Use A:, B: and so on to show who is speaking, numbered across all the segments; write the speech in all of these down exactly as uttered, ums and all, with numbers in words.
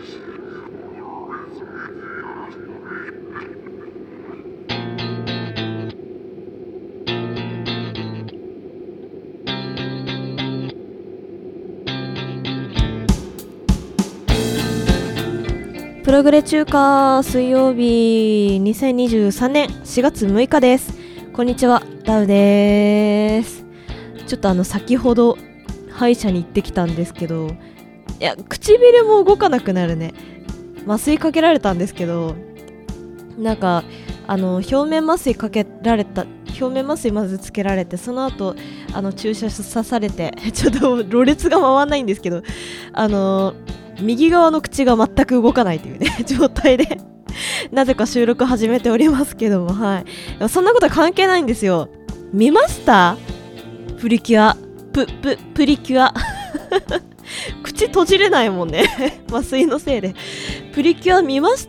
A: プログレ中華水曜日にせんにじゅうさんねんしがつむいかです。こんにちは、ダウです。ちょっとあの先ほど歯医者に行ってきたんですけど、いや唇も動かなくなるね。麻酔かけられたんですけど、なんかあの表面麻酔かけられた表面麻酔まずつけられて、その後あの注射刺されてちょっとろれつが回んないんですけど、あの右側の口が全く動かないというね状態でなぜか収録始めておりますけども、はい、そんなこと関係ないんですよ。見ました？プリキュアプププリキュア口閉じれないもんね麻酔のせいで。プリキュア見ました？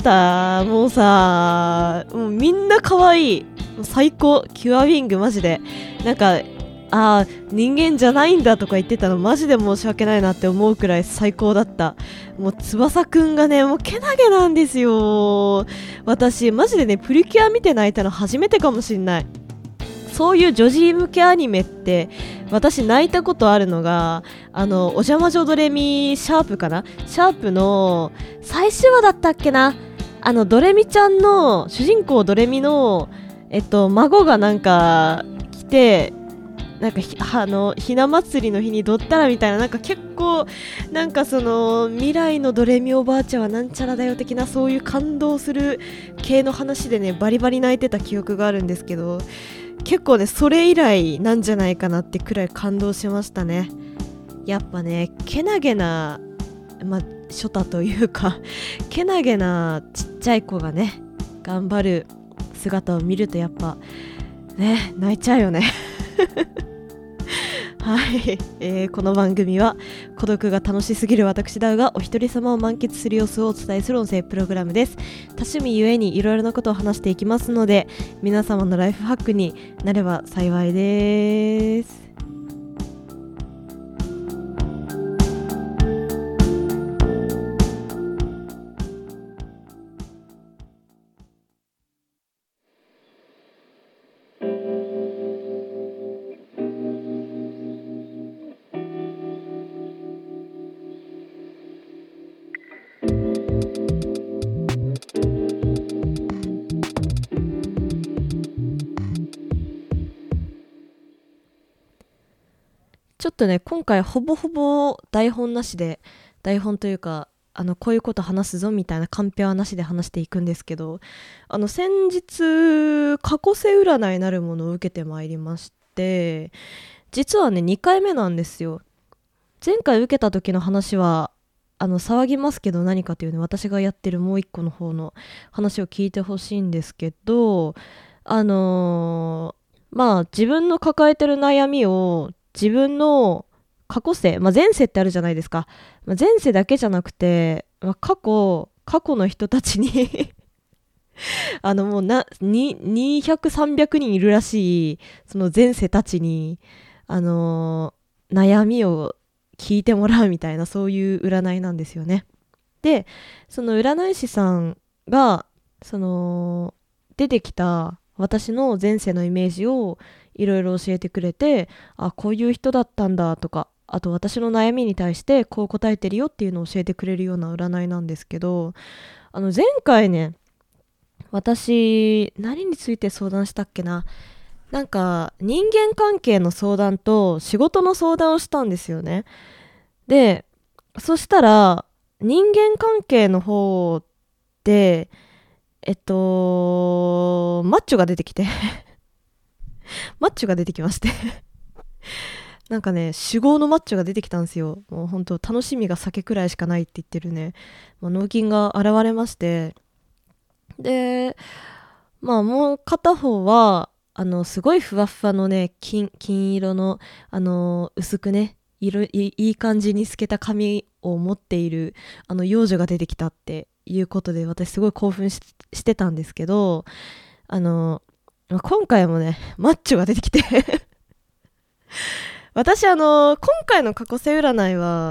A: もうさ、もうみんな可愛い、最高。キュアウィングマジでなんか、あー人間じゃないんだとか言ってたのマジで申し訳ないなって思うくらい最高だった。もう翼くんがね、もうけなげなんですよ。私マジでね、プリキュア見て泣いたの初めてかもしんない。そういう女児向けアニメって私泣いたことあるのが、あのお邪魔女ドレミシャープかな、シャープの最終話だったっけな。あのドレミちゃんの主人公ドレミのえっと孫がなんか来て、なんかひあのひな祭りの日にどったらみたいな、なんか結構なんかその未来のドレミおばあちゃんはなんちゃらだよ的な、そういう感動する系の話でね、バリバリ泣いてた記憶があるんですけど、結構ねそれ以来なんじゃないかなってくらい感動しましたね。やっぱね、けなげな、まあショタというかけなげなちっちゃい子がね頑張る姿を見るとやっぱね泣いちゃうよねはい、えー、この番組は孤独が楽しすぎる私ダウがお一人様を満喫する様子をお伝えする音声プログラムです。多趣味ゆえにいろいろなことを話していきますので、皆様のライフハックになれば幸いです。ちょっとね今回ほぼほぼ台本なしで、台本というかあのこういうこと話すぞみたいなカンペはなしで話していくんですけど、あの先日過去世占いなるものを受けてまいりまして、実はねにかいめなんですよ。前回受けた時の話はあの騒ぎますけど何かというね、私がやってるもう一個の方の話を聞いてほしいんですけど、あのー、まあ自分の抱えてる悩みを自分の過去世、まあ、前世ってあるじゃないですか、まあ、前世だけじゃなくて、まあ、過去過去の人たちにあのもうなににひゃく、さんびゃくにんいるらしいその前世たちに、あのー、悩みを聞いてもらうみたいな、そういう占いなんですよね。でその占い師さんがその出てきた私の前世のイメージをいろいろ教えてくれて、あこういう人だったんだとか、あと私の悩みに対してこう答えてるよっていうのを教えてくれるような占いなんですけど、あの前回ね私何について相談したっけな、なんか人間関係の相談と仕事の相談をしたんですよね。でそしたら人間関係の方でえっとマッチョが出てきてマッチョが出てきましてなんかね酒豪のマッチョが出てきたんですよ。もう本当楽しみが酒くらいしかないって言ってるね、まあ、脳筋が現れまして、でまあもう片方はあのすごいふわふわのね 金, 金色のあの薄くね色い い, いい感じに透けた髪を持っているあの幼女が出てきたっていうことで、私すごい興奮 し, してたんですけど、あの今回もねマッチョが出てきて私あの今回の過去世占いは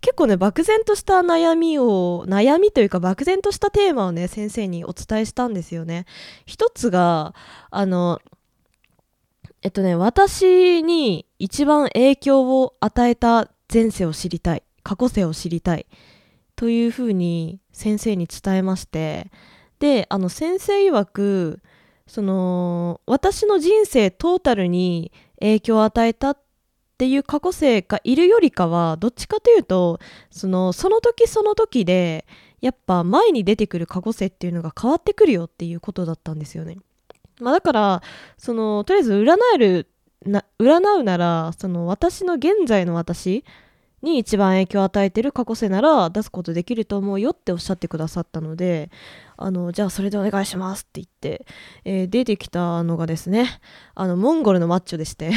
A: 結構ね漠然とした悩みを悩みというか漠然としたテーマをね先生にお伝えしたんですよね。一つがあのえっとね私に一番影響を与えた前世を知りたい、過去世を知りたいというふうに先生に伝えまして、であの先生曰くその私の人生トータルに影響を与えたっていう過去生がいるよりかはどっちかというとそのその時その時でやっぱ前に出てくる過去生っていうのが変わってくるよっていうことだったんですよね。まあ、だからそのとりあえず占えるな占うならその私の現在の私に一番影響を与えてる過去世なら出すことできると思うよっておっしゃってくださったので、あのじゃあそれでお願いしますって言って、えー出てきたのがですね、あのモンゴルのマッチョでして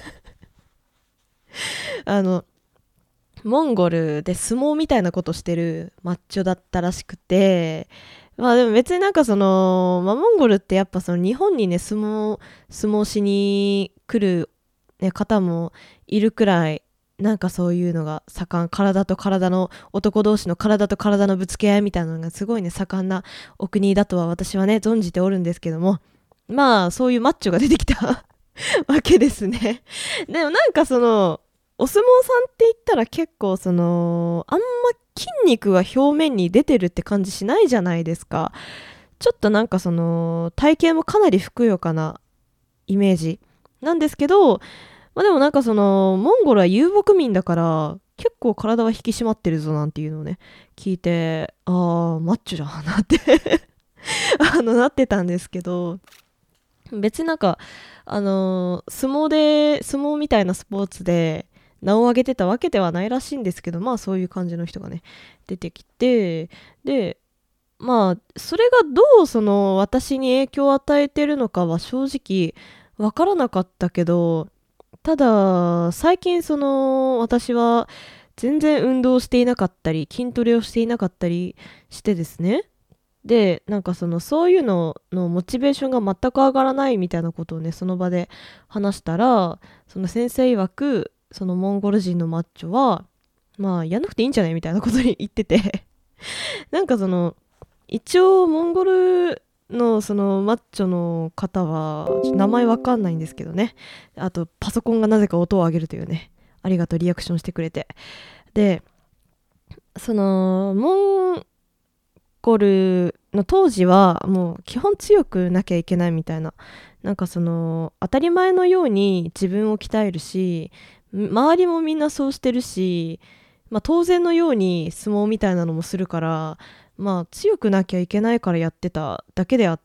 A: あのモンゴルで相撲みたいなことしてるマッチョだったらしくて、まあでも別になんかその、まあ、モンゴルってやっぱその日本にね相撲相撲しに来る、ね、方もいるくらいなんかそういうのが盛ん、体と体の男同士の体と体のぶつけ合いみたいなのがすごいね盛んなお国だとは私はね存じておるんですけども、まあそういうマッチョが出てきたわけですね。でもなんかそのお相撲さんって言ったら結構そのあんま筋肉が表面に出てるって感じしないじゃないですか。ちょっとなんかその体型もかなりふくよかなイメージなんですけど、まあ、でもなんかそのモンゴルは遊牧民だから結構体は引き締まってるぞなんていうのをね聞いて、あーマッチョじゃんなってあのなってたんですけど、別になんかあのー相撲で相撲みたいなスポーツで名を上げてたわけではないらしいんですけど、まあそういう感じの人がね出てきて、でまあそれがどうその私に影響を与えてるのかは正直わからなかったけど、ただ最近その私は全然運動していなかったり筋トレをしていなかったりしてですね、でなんかそのそういうののモチベーションが全く上がらないみたいなことをねその場で話したら、その先生曰くそのモンゴル人のマッチョはまあやんなくていいんじゃないみたいなことに言っててなんかその一応モンゴルのそのマッチョの方はちょっと名前わかんないんですけどね、あとパソコンがなぜか音を上げるというね、ありがとうリアクションしてくれて、でそのモンゴルの当時はもう基本強くなきゃいけないみたいな、なんかその当たり前のように自分を鍛えるし周りもみんなそうしてるし、まあ、当然のように相撲みたいなのもするから、まあ強くなきゃいけないからやってただけであって、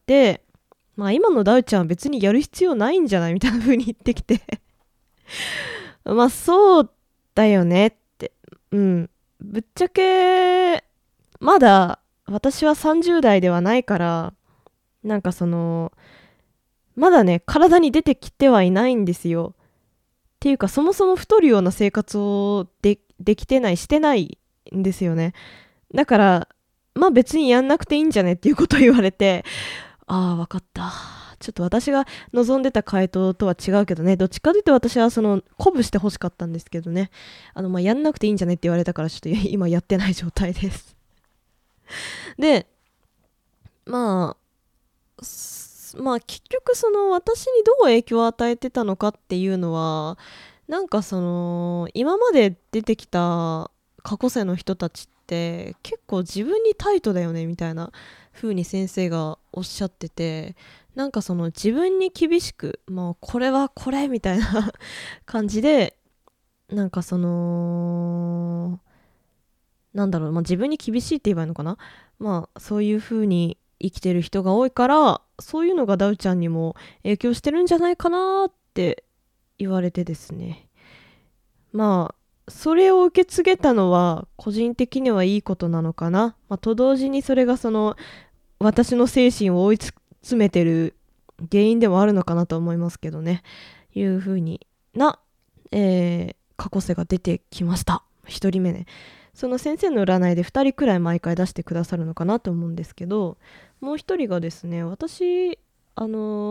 A: まあ今のダウちゃんは別にやる必要ないんじゃないみたいな風に言ってきてまあそうだよねって、うんぶっちゃけまだ私はさんじゅう代ではないから、なんかそのまだね体に出てきてはいないんですよ。っていうかそもそも太るような生活をでできてないしてないんですよね。だからまあ別にやんなくていいんじゃねっていうことを言われて、ああ分かった、ちょっと私が望んでた回答とは違うけどね、どっちかというと私はその鼓舞してほしかったんですけどね、あのまあやんなくていいんじゃねって言われたからちょっと今やってない状態ですでまあまあ結局その私にどう影響を与えてたのかっていうのは、なんかその今まで出てきた過去世の人たちって結構自分にタイトだよねみたいな風に先生がおっしゃってて、なんかその自分に厳しくもうこれはこれみたいな感じで、なんかそのなんだろう、まあ、自分に厳しいって言えばいいのかな、まあそういう風に生きてる人が多いから、そういうのがダウちゃんにも影響してるんじゃないかなって言われてですね、まあそれを受け継げたのは個人的にはいいことなのかな、まあ、と同時にそれがその私の精神を追い詰めてる原因でもあるのかなと思いますけどね、いう風にな、えー過去世が出てきました。ひとりめね、その先生の占いでふたりくらい毎回出してくださるのかなと思うんですけど、もう一人がですね、私あ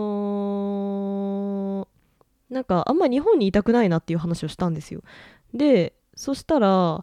A: のーなんかあんま日本にいたくないなっていう話をしたんですよ。でそしたらあ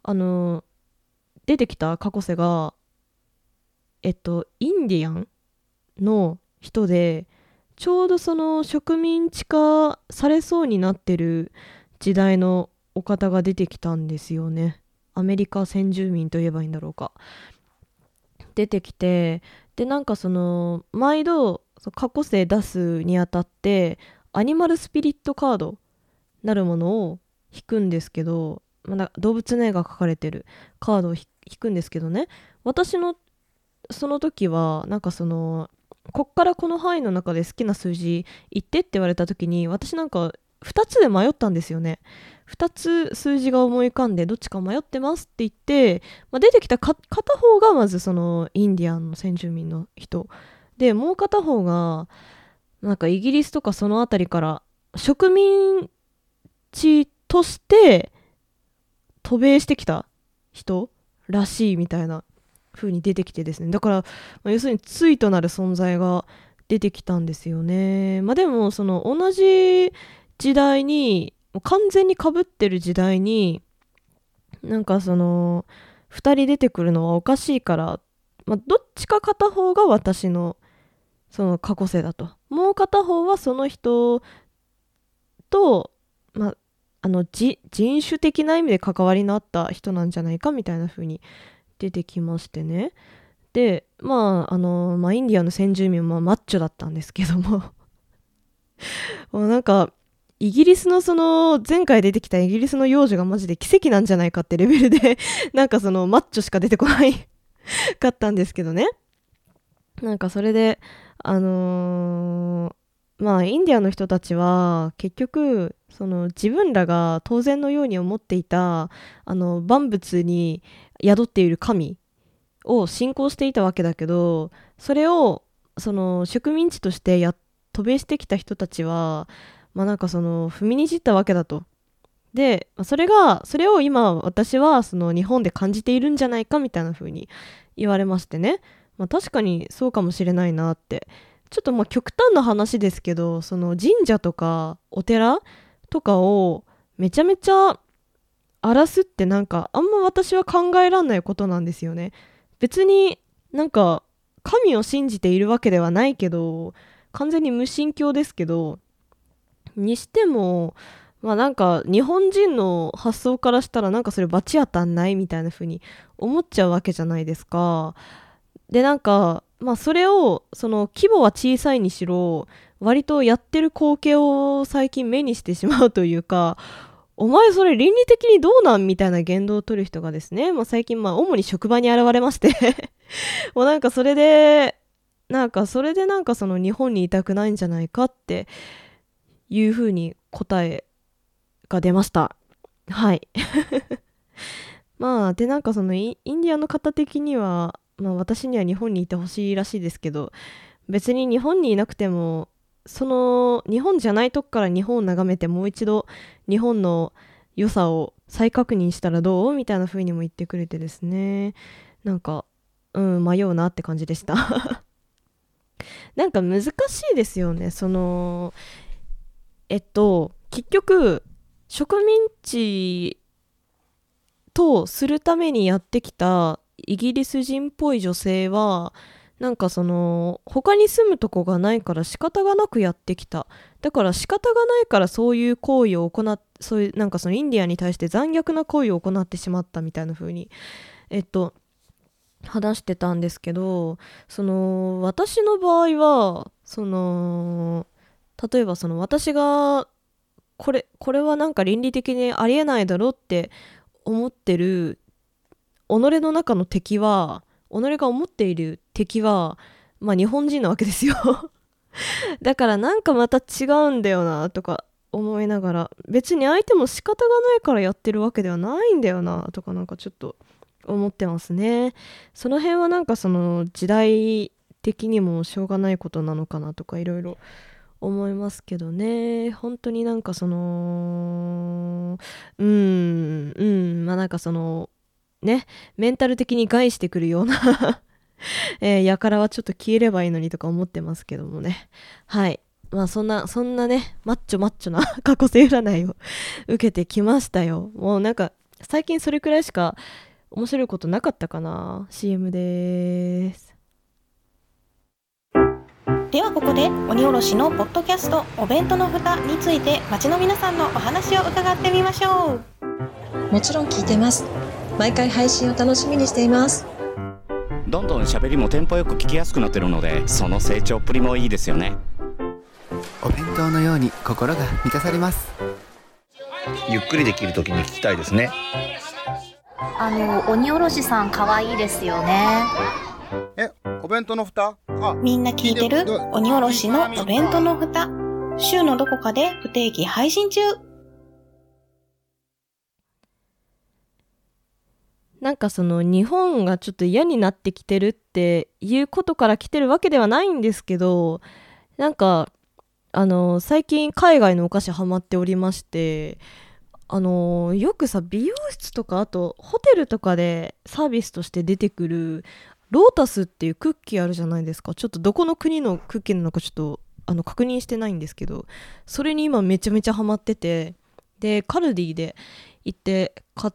A: あの出てきた過去世がえっとインディアンの人で、ちょうどその植民地化されそうになってる時代のお方が出てきたんですよね。アメリカ先住民と言えばいいんだろうか。出てきて、でなんかその毎度過去世出すにあたってアニマルスピリットカードなるものを引くんですけど、まあ、動物の絵が描かれてるカードを引くんですけどね、私のその時はなんかそのこっからこの範囲の中で好きな数字言ってって言われた時に、私なんかふたつで迷ったんですよね。ふたつ数字が思い浮かんでどっちか迷ってますって言って、まあ、出てきたか片方がまずそのインディアンの先住民の人で、もう片方がなんかイギリスとかその辺りから植民地として渡米してきた人らしいみたいな風に出てきてですね、だから、まあ、要するに対となる存在が出てきたんですよね。まあでもその同じ時代にもう完全に被ってる時代になんかそのふたり出てくるのはおかしいから、まあ、どっちか片方が私のその過去世だと、もう片方はその人と、まあ、あのじ人種的な意味で関わりのあった人なんじゃないかみたいな風に出てきましてね。でまああの、まあ、インディアンの先住民はマッチョだったんですけどももうなんかイギリスのその前回出てきたイギリスの幼女がマジで奇跡なんじゃないかってレベルでなんかそのマッチョしか出てこないかったんですけどね。なんかそれであのー、まあインディアンの人たちは結局その自分らが当然のように思っていたあの万物に宿っている神を信仰していたわけだけど、それをその植民地としてや渡米してきた人たちはまあなんかその踏みにじったわけだと。でそれがそれを今私はその日本で感じているんじゃないかみたいな風に言われましてね、まあ、確かにそうかもしれないなって。ちょっとまあ極端な話ですけど、その神社とかお寺とかをめちゃめちゃ荒らすってなんかあんま私は考えらんないことなんですよね。別になんか神を信じているわけではないけど、完全に無神教ですけど、にしてもまあなんか日本人の発想からしたらなんかそれ罰当たんないみたいな風に思っちゃうわけじゃないですか。でなんかまあそれをその規模は小さいにしろ割とやってる光景を最近目にしてしまうというか、お前それ倫理的にどうなんみたいな言動を取る人がですね、まあ、最近まあ主に職場に現れましてもうなんかそれでなんかそれでなんかその日本にいたくないんじゃないかっていう風に答えが出ました。はいまあでなんかそのインディアンの方的には、まあ、私には日本にいてほしいらしいですけど、別に日本にいなくてもその日本じゃないとこから日本を眺めてもう一度日本の良さを再確認したらどうみたいな風にも言ってくれてですね、なんかうん迷うなって感じでしたなんか難しいですよね。そのえっと結局植民地とするためにやってきたイギリス人っぽい女性はなんかその他に住むとこがないから仕方がなくやってきた、だから仕方がないからそういう行為を行っそういうなんかそのインディアンに対して残虐な行為を行ってしまったみたいな風にえっと話してたんですけど、その私の場合はその例えばその私がこれこれはなんか倫理的にありえないだろって思ってる己の中の敵は己が思っている敵はまあ日本人なわけですよだからなんかまた違うんだよなとか思いながら、別に相手も仕方がないからやってるわけではないんだよなとかなんかちょっと思ってますね。その辺はなんかその時代的にもしょうがないことなのかなとかいろいろ思いますけどね。本当になんかそのうーんうんまあなんかそのねメンタル的に害してくるようなえー、やからはちょっと消えればいいのにとか思ってますけどもね。はいまあそんなそんなねマッチョマッチョな過去性占いを受けてきましたよ。もうなんか最近それくらいしか面白いことなかったかな。 シーエム です。
B: ではここで鬼おろしのポッドキャストお弁当の蓋について街の皆さんのお話を伺ってみましょ
C: う。もちろん聞いてます。毎回配信を楽しみにしています。
D: どんどん喋りもテンポよく聞きやすくなってるので、その成長っぷりもいいですよね。
E: お弁当のように心が満たされます。
F: ゆっくりできるときに聞きたいですね。
G: あの鬼おろしさん可愛いですよね。
F: え、お弁当の蓋？あ、
B: みんな聞いてる鬼おろしのお弁当の蓋、週のどこかで不定期配信中。
A: なんかその日本がちょっと嫌になってきてるっていうことから来てるわけではないんですけど、なんかあの最近海外のお菓子ハマっておりまして、あのよくさ美容室とかあとホテルとかでサービスとして出てくるロータスっていうクッキーあるじゃないですか。ちょっとどこの国のクッキーなのかちょっとあの確認してないんですけど、それに今めちゃめちゃハマってて、でカルディで行って買って、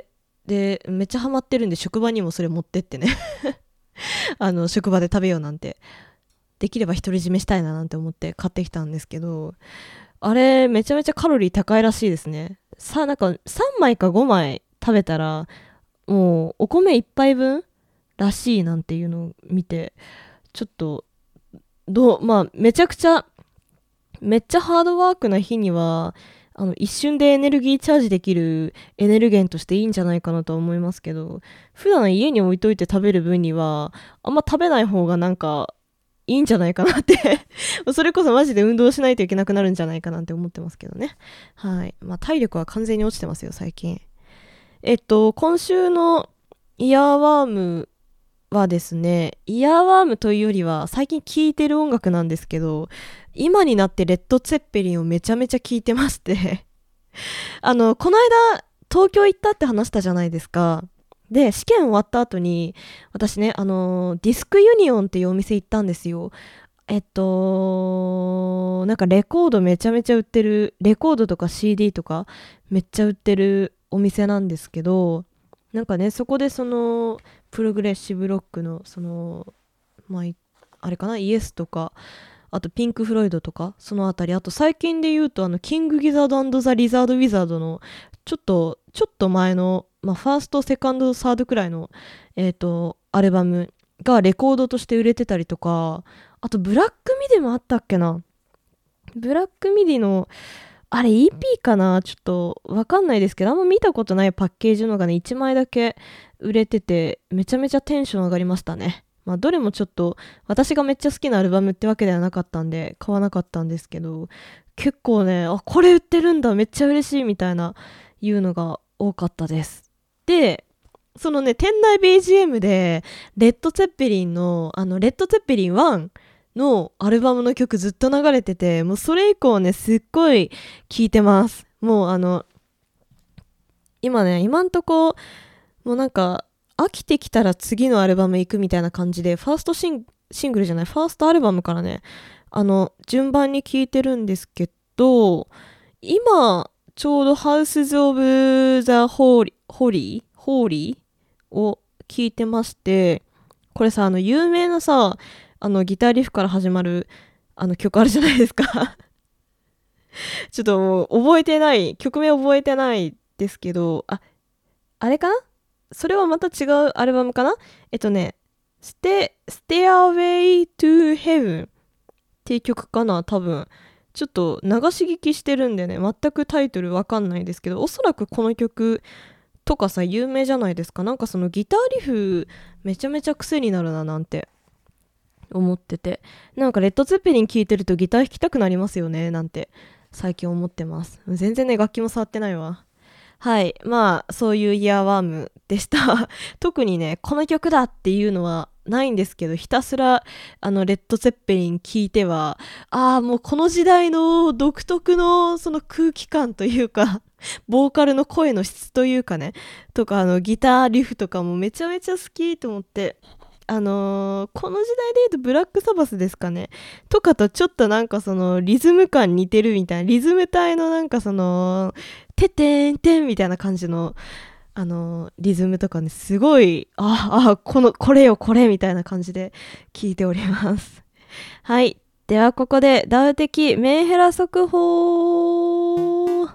A: でめっちゃハマってるんで職場にもそれ持ってってねあの職場で食べようなんて、できれば独り占めしたいななんて思って買ってきたんですけど、あれめちゃめちゃカロリー高いらしいですね。さあなんかさんまいかごまい食べたらもうお米いっぱいぶんらしいなんていうのを見て、ちょっとどうまあめちゃくちゃめっちゃハードワークな日にはあの一瞬でエネルギーチャージできるエネルゲンとしていいんじゃないかなとは思いますけど、普段家に置いといて食べる分にはあんま食べない方がなんかいいんじゃないかなってそれこそマジで運動しないといけなくなるんじゃないかなって思ってますけどね。はい。まあ体力は完全に落ちてますよ最近。えっと今週のイヤーワームはですね、イヤーワームというよりは最近聴いてる音楽なんですけど、今になってレッド・ツェッペリンをめちゃめちゃ聴いてましてあのこの間東京行ったって話したじゃないですか。で試験終わった後に私ね、あのディスクユニオンっていうお店行ったんですよ。えっとなんかレコードめちゃめちゃ売ってる、レコードとか シーディー とかめっちゃ売ってるお店なんですけど、なんかねそこでそのプログレッシブロックのそのまああれかな、イエスとかあとピンク・フロイドとかそのあたり、あと最近で言うとあのキング・ギザード&ザ・リザード・ウィザードのちょっとちょっと前の、まあ、ファーストセカンドサードくらいのえっとアルバムがレコードとして売れてたりとか、あとブラックミディもあったっけな、ブラックミディのあれ イーピー かな、ちょっとわかんないですけど、あんま見たことないパッケージのがねいちまいだけ売れててめちゃめちゃテンション上がりましたね。まあどれもちょっと私がめっちゃ好きなアルバムってわけではなかったんで買わなかったんですけど、結構ね、あこれ売ってるんだめっちゃ嬉しいみたいないうのが多かったです。でそのね店内 ビージーエム でレッド・ツェッペリンのあのレッド・ツェッペリンワンのアルバムの曲ずっと流れてて、もうそれ以降ねすっごい聴いてます。もうあの今ね今んとこもうなんか飽きてきたら次のアルバム行くみたいな感じで、ファーストシン、シングルじゃないファーストアルバムからねあの順番に聴いてるんですけど、今ちょうど Houses of the Holy Holy Holy を聴いてまして、これさあの有名なさあのギターリフから始まるあの曲あるじゃないですかちょっともう覚えてない曲名覚えてないですけど、ああれかな、それはまた違うアルバムかな。えっとねステ Stairway to Heaven っていう曲かな多分。ちょっと流し聞きしてるんでね全くタイトルわかんないですけど、おそらくこの曲とかさ有名じゃないですか。なんかそのギターリフめちゃめちゃ癖になるななんて思ってて、なんかレッド・ツェッペリン聴いてるとギター弾きたくなりますよねなんて最近思ってます。全然ね楽器も触ってないわ。はい、まあそういうイヤーワームでした特にねこの曲だっていうのはないんですけど、ひたすらあのレッド・ツェッペリン聴いては、ああもうこの時代の独特のその空気感というかボーカルの声の質というかねとか、あのギターリフとかもめちゃめちゃ好きと思って、 あのー、この時代で言うとブラックサバスですかねとかとちょっとなんかそのリズム感似てるみたいな、リズム体のなんかそのててんてんみたいな感じのあのー、リズムとかね、すごいああこのこれよこれみたいな感じで聞いております。はい、ではここでダウ的メンヘラ速報。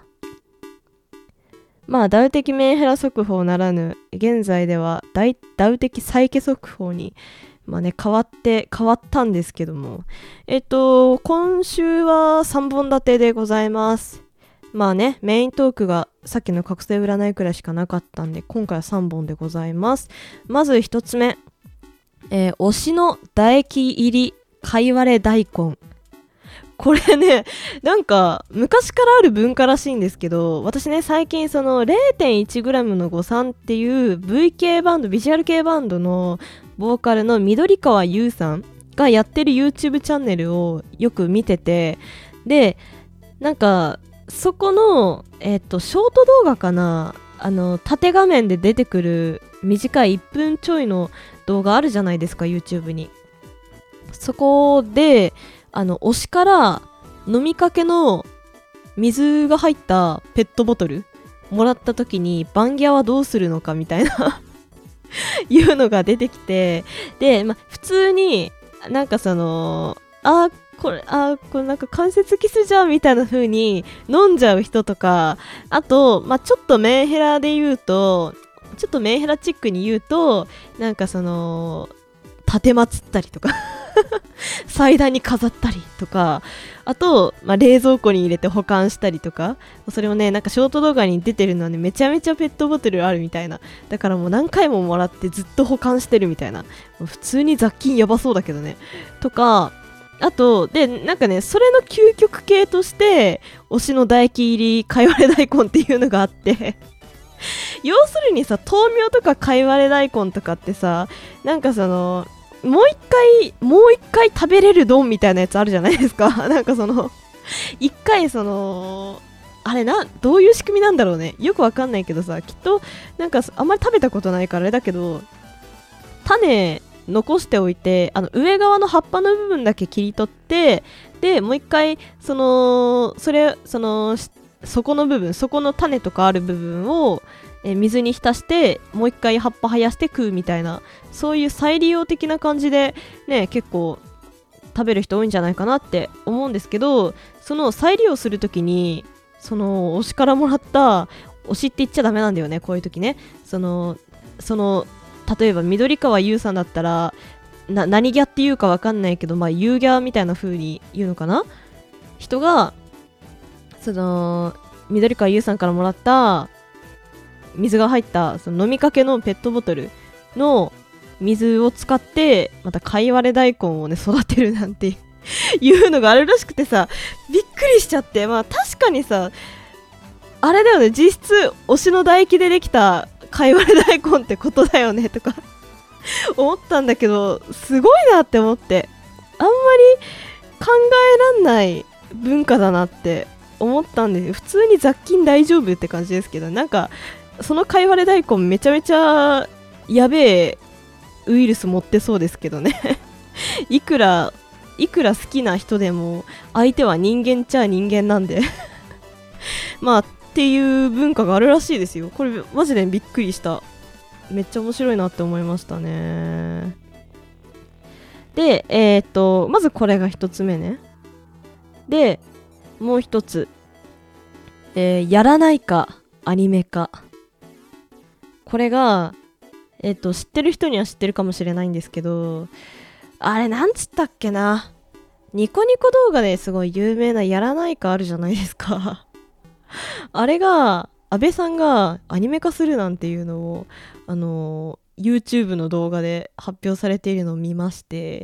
A: まあダウ的メンヘラ速報ならぬ現在ではダダウ的サイケ速報にまあね変わって変わったんですけども、えっと今週はさんぼん立てでございます。まあねメイントークがさっきの覚醒占いくらいしかなかったんで今回はさんぼんでございます。まずひとつめ、えー、推しの唾液入りかいわれ大根。これね、なんか昔からある文化らしいんですけど、私ね最近その れいてんいちグラム の誤算っていう ブイ 系バンド、ビジュアル系バンドのボーカルの緑川優さんがやってる YouTube チャンネルをよく見てて、でなんかそこのえっとショート動画かな、あの縦画面で出てくる短いいっぷんちょいの動画あるじゃないですか YouTube に。そこであの推しから飲みかけの水が入ったペットボトルもらった時にバンギャはどうするのかみたいないうのが出てきて、で、ま、普通になんかそのあこれあこれなんか関節キスじゃんみたいな風に飲んじゃう人とか、あと、ま、ちょっとメンヘラで言うとちょっとメンヘラチックに言うとなんかその立てまつったりとか祭壇に飾ったりとか、あと、まあ、冷蔵庫に入れて保管したりとか、それもねなんかショート動画に出てるのはねめちゃめちゃペットボトルあるみたいな、だからもう何回ももらってずっと保管してるみたいな、もう普通に雑菌やばそうだけどねとか、あとでなんかねそれの究極系として推しの唾液入りかいわれ大根っていうのがあって要するにさ豆苗とかかいわれ大根とかってさ、なんかそのもう一回もう一回食べれる丼みたいなやつあるじゃないですかなんかその一回そのあれなどういう仕組みなんだろうね、よくわかんないけどさ、きっとなんかあんまり食べたことないからあれだけど、種残しておいてあの上側の葉っぱの部分だけ切り取って、でもう一回そのそれその底の部分、底の種とかある部分をえ水に浸してもう一回葉っぱ生やして食うみたいな、そういう再利用的な感じでね結構食べる人多いんじゃないかなって思うんですけど、その再利用するときにその推しからもらった推しって言っちゃダメなんだよねこういう時ね。そのその例えば緑川優さんだったらな何ギャっていうかわかんないけど、まあユーギャみたいな風に言うのかな、人がその緑川優さんからもらった水が入ったその飲みかけのペットボトルの水を使ってまたかいわれ大根をね育てるなんていうのがあるらしくてさ、びっくりしちゃって、まあ確かにさあれだよね、実質推しの唾液でできたかいわれ大根ってことだよねとか思ったんだけど、すごいなって思って、あんまり考えらんない文化だなって思ったんですよ。普通に雑菌大丈夫って感じですけど、なんかそのかいわれ大根めちゃめちゃやべえウイルス持ってそうですけどねいくらいくら好きな人でも相手は人間っちゃ人間なんでまあっていう文化があるらしいですよ。これマジでびっくりした。めっちゃ面白いなって思いましたね。でえー、っとまずこれが一つ目ね。でもう一つ、えー、やらないかアニメ化。これがえっと知ってる人には知ってるかもしれないんですけど、あれなんつったっけな、ニコニコ動画ですごい有名なやらないかあるじゃないですかあれが安倍さんがアニメ化するなんていうのをあのー、YouTube の動画で発表されているのを見まして、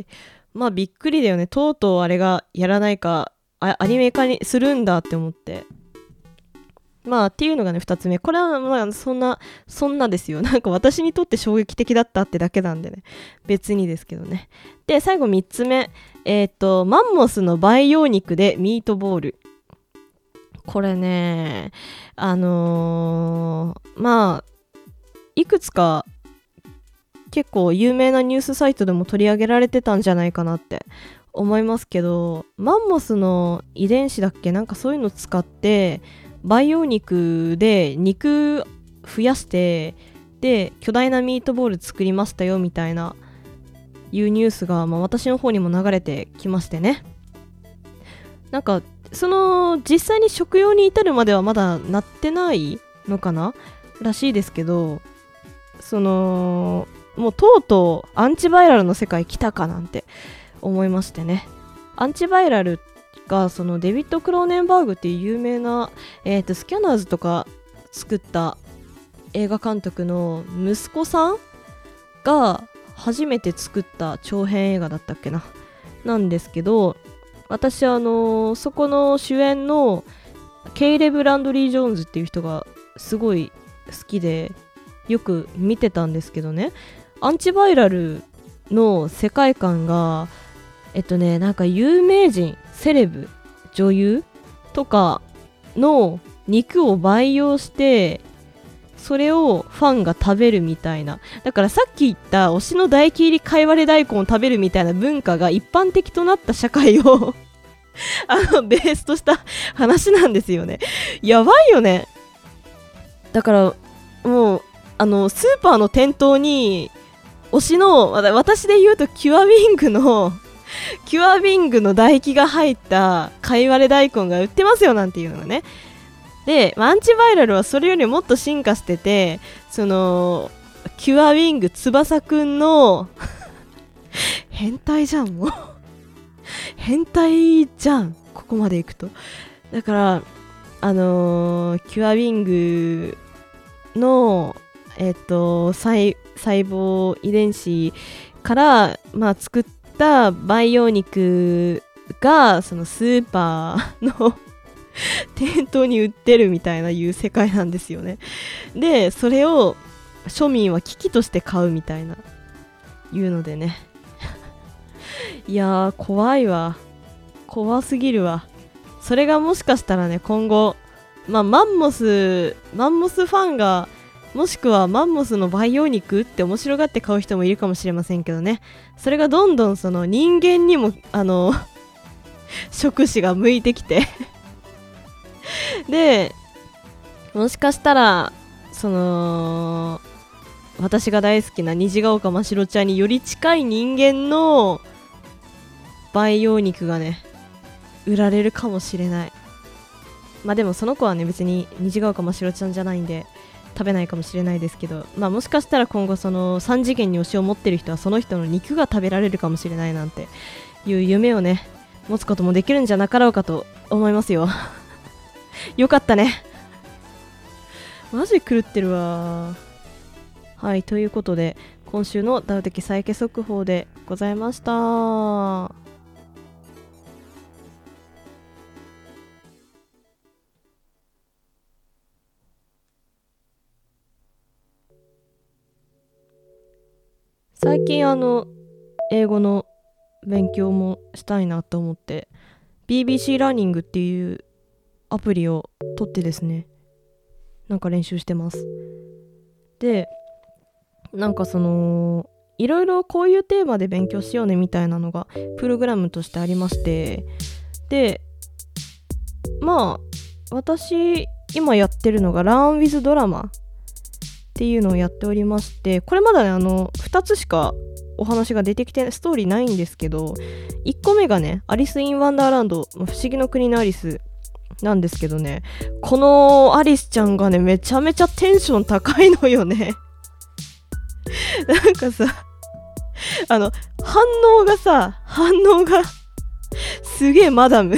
A: まあびっくりだよね。とうとうあれがやらないかアニメ化にするんだって思って、まあっていうのがねふたつめ。これはまあそんなそんなですよ。なんか私にとって衝撃的だったってだけなんでね、別にですけどね。で最後みっつめ、えっとマンモスの培養肉でミートボール。これねあのー、まあいくつか結構有名なニュースサイトでも取り上げられてたんじゃないかなって思いますけど、マンモスの遺伝子だっけ、なんかそういうの使って培養肉で肉増やしてで巨大なミートボール作りましたよみたいないうニュースが、まあ、私の方にも流れてきましてね。なんかその実際に食用に至るまではまだなってないのかならしいですけど、そのもうとうとうアンチバイラルの世界来たかなんて思いましてね。アンチバイラルがそのデビッド・クローネンバーグっていう有名な、えーと、スキャナーズとか作った映画監督の息子さんが初めて作った長編映画だったっけななんですけど、私あのー、そこの主演のケイレブ・ランドリー・ジョーンズっていう人がすごい好きでよく見てたんですけどね、アンチバイラルの世界観がえっとねなんか有名人、セレブ、女優とかの肉を培養してそれをファンが食べるみたいな、だからさっき言った推しの唾液入りかいわれ大根を食べるみたいな文化が一般的となった社会をあのベースとした話なんですよね。やばいよね。だからもうあのスーパーの店頭に推しの私で言うとキュアウィングのキュアウィングの唾液が入ったかいわれ大根が売ってますよなんていうのがね。でアンチバイラルはそれよりもっと進化してて、そのキュアウィング翼くんの変態じゃん、もう変態じゃんここまでいくと。だからあのー、キュアウィングのえっと細、細胞遺伝子から、まあ、作った培養肉がそのスーパーの店頭に売ってるみたいないう世界なんですよね。でそれを庶民は機器として買うみたいないうのでねいやー怖いわ、怖すぎるわ。それがもしかしたらね今後、まあ、マンモスマンモスファンがもしくはマンモスの培養肉って面白がって買う人もいるかもしれませんけどね、それがどんどんその人間にもあの食士が向いてきてでもしかしたらその私が大好きな虹ヶ丘ましろちゃんにより近い人間の培養肉がね売られるかもしれない。まあでもその子はね別に虹ヶ丘ましろちゃんじゃないんで食べないかもしれないですけど、まあもしかしたら今後そのさん次元に推しを持ってる人はその人の肉が食べられるかもしれないなんていう夢をね持つこともできるんじゃなかろうかと思いますよよかったね、マジ狂ってるわ。はい、ということで今週のダウ的再起速報でございました。最近あの英語の勉強もしたいなと思って ビービーシー ラーニングっていうアプリを取ってですね、なんか練習してます。でなんかそのいろいろこういうテーマで勉強しようねみたいなのがプログラムとしてありまして、でまあ私今やってるのが Learn with Drama っていうのをやっておりまして、これまだねあのふたつしかお話が出てきてストーリーないんですけど、いっこめがねアリス・イン・ワンダーランド、不思議の国のアリスなんですけどね、このアリスちゃんがねめちゃめちゃテンション高いのよねなんかさあの反応がさ反応がすげえマダム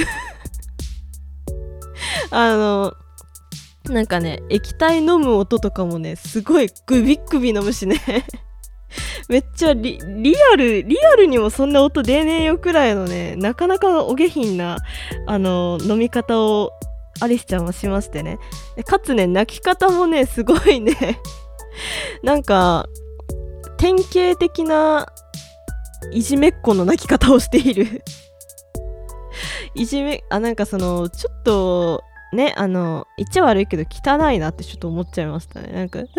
A: あのなんかね液体飲む音とかもねすごいグビッグビ飲むしねめっちゃ リ, リアルリアルにもそんな音出ねえよくらいのね、なかなかお下品なあの飲み方をアリスちゃんはしましてね、かつね泣き方もねすごいねなんか典型的ないじめっ子の泣き方をしているいじめあなんかそのちょっとね、あの言っちゃ悪いけど汚いなってちょっと思っちゃいましたね。なんかうーうー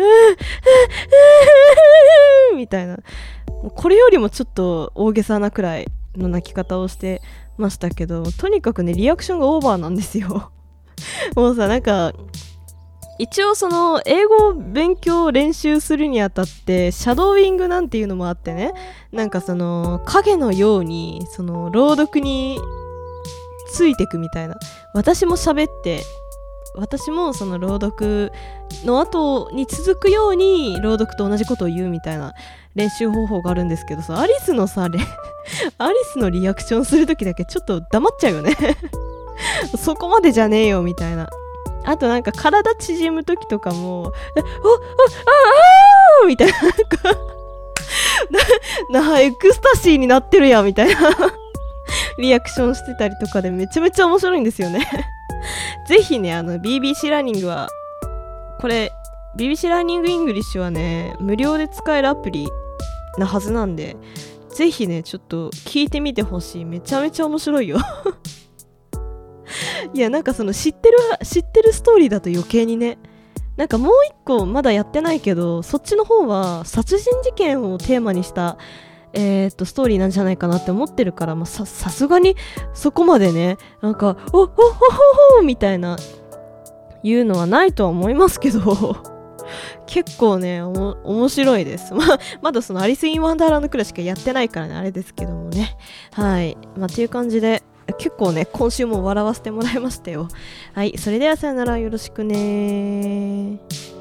A: うーみたいな、これよりもちょっと大げさなくらいの泣き方をしてましたけど、とにかくねリアクションがオーバーなんですよもうさ、なんか一応その英語を勉強練習するにあたってシャドーイングなんていうのもあってね、なんかその影のようにその朗読についてくみたいな、私も喋って私もその朗読の後に続くように朗読と同じことを言うみたいな練習方法があるんですけどさ、アリスのさアリスのリアクションするときだけちょっと黙っちゃうよねそこまでじゃねえよみたいな。あとなんか体縮むときとかもえおおああみたいな、なんかななエクスタシーになってるやんみたいなリアクションしてたりとかでめちゃめちゃ面白いんですよねぜひね、あの ビービーシー ラーニングはこれ ビービーシー ラーニングイングリッシュはね無料で使えるアプリなはずなんで、ぜひねちょっと聞いてみてほしい。めちゃめちゃ面白いよいやなんかその知ってる知ってるストーリーだと余計にね、なんかもう一個まだやってないけど、そっちの方は殺人事件をテーマにしたえー、っとストーリーなんじゃないかなって思ってるから、まあ、さ, さすがにそこまでねなんかおおほほほみたいな言うのはないとは思いますけど結構ねおも面白いです。ま, まだそのアリス・イン・ワンダーランドくらいしかやってないからねあれですけどもね。はい、まあっていう感じで結構ね今週も笑わせてもらいましたよ。はい、それではさよなら、よろしくね。